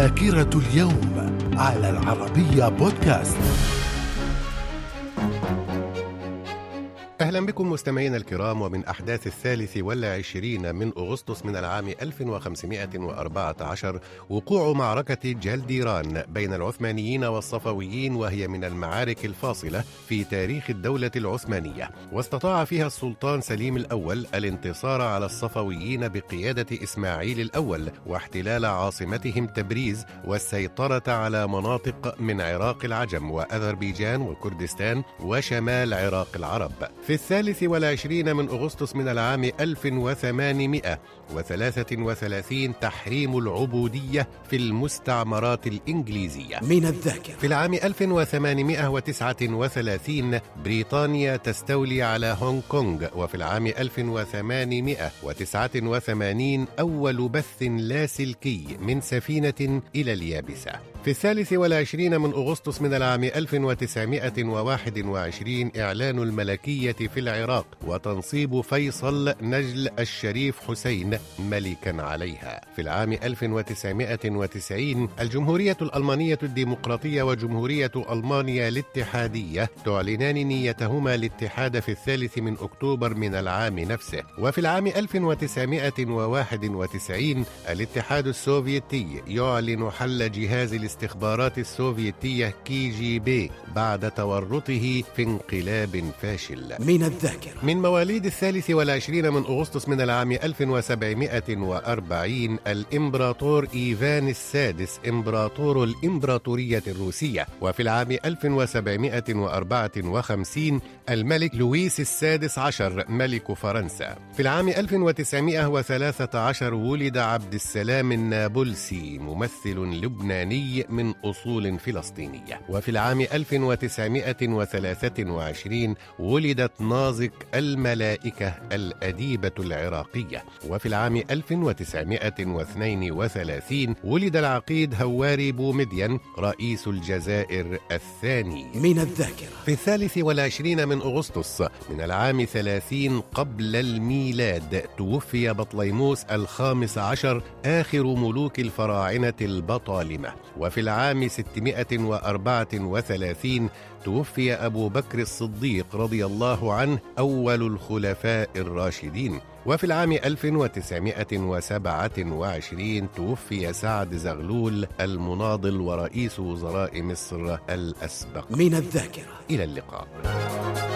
ذاكرة اليوم على العربية بودكاست. أهلا بكم مستمعينا الكرام. ومن أحداث 23 من أغسطس من العام 1514 وقوع معركة جلديران بين العثمانيين والصفويين، وهي من المعارك الفاصلة في تاريخ الدولة العثمانية، واستطاع فيها السلطان سليم الأول الانتصار على الصفويين بقيادة إسماعيل الأول واحتلال عاصمتهم تبريز والسيطرة على مناطق من عراق العجم وأذربيجان وكردستان وشمال عراق العرب. في 23 من أغسطس من العام 1833 تحريم العبودية في المستعمرات الإنجليزية. من الذاكرة. في العام 1839 بريطانيا تستولي على هونغ كونغ. وفي العام 1889 أول بث لاسلكي من سفينة إلى اليابسة. في 23 من أغسطس من العام 1921 إعلان الملكية في العراق وتنصيب فيصل نجل الشريف حسين ملكا عليها. في العام 1990 الجمهورية الألمانية الديمقراطية وجمهورية ألمانيا الاتحادية تعلنان نيتهما الاتحاد في 3 من أكتوبر من العام نفسه. وفي العام 1991 الاتحاد السوفيتي يعلن حل جهاز الاستخبارات السوفيتية KGB بعد تورطه في انقلاب فاشل. من الذاكرة. من مواليد 23 من أغسطس من العام 1740 الإمبراطور إيفان السادس إمبراطور الإمبراطورية الروسية. وفي العام 1754 الملك لويس السادس عشر ملك فرنسا. في العام 1913 ولد عبد السلام النابلسي ممثل لبناني من أصول فلسطينية. وفي العام 1923 ولدت نازك الملائكة الأديبة العراقية. وفي العام 1932 ولد العقيد هواري بومدين رئيس الجزائر الثاني. من الذاكرة. في 23 من أغسطس من العام 30 قبل الميلاد توفي بطليموس الخامس عشر آخر ملوك الفراعنة البطالمة. وفي العام 634 توفي أبو بكر الصديق رضي الله عنه أول الخلفاء الراشدين. وفي العام 1927 توفي سعد زغلول المناضل ورئيس وزراء مصر الأسبق. من الذاكرة. إلى اللقاء.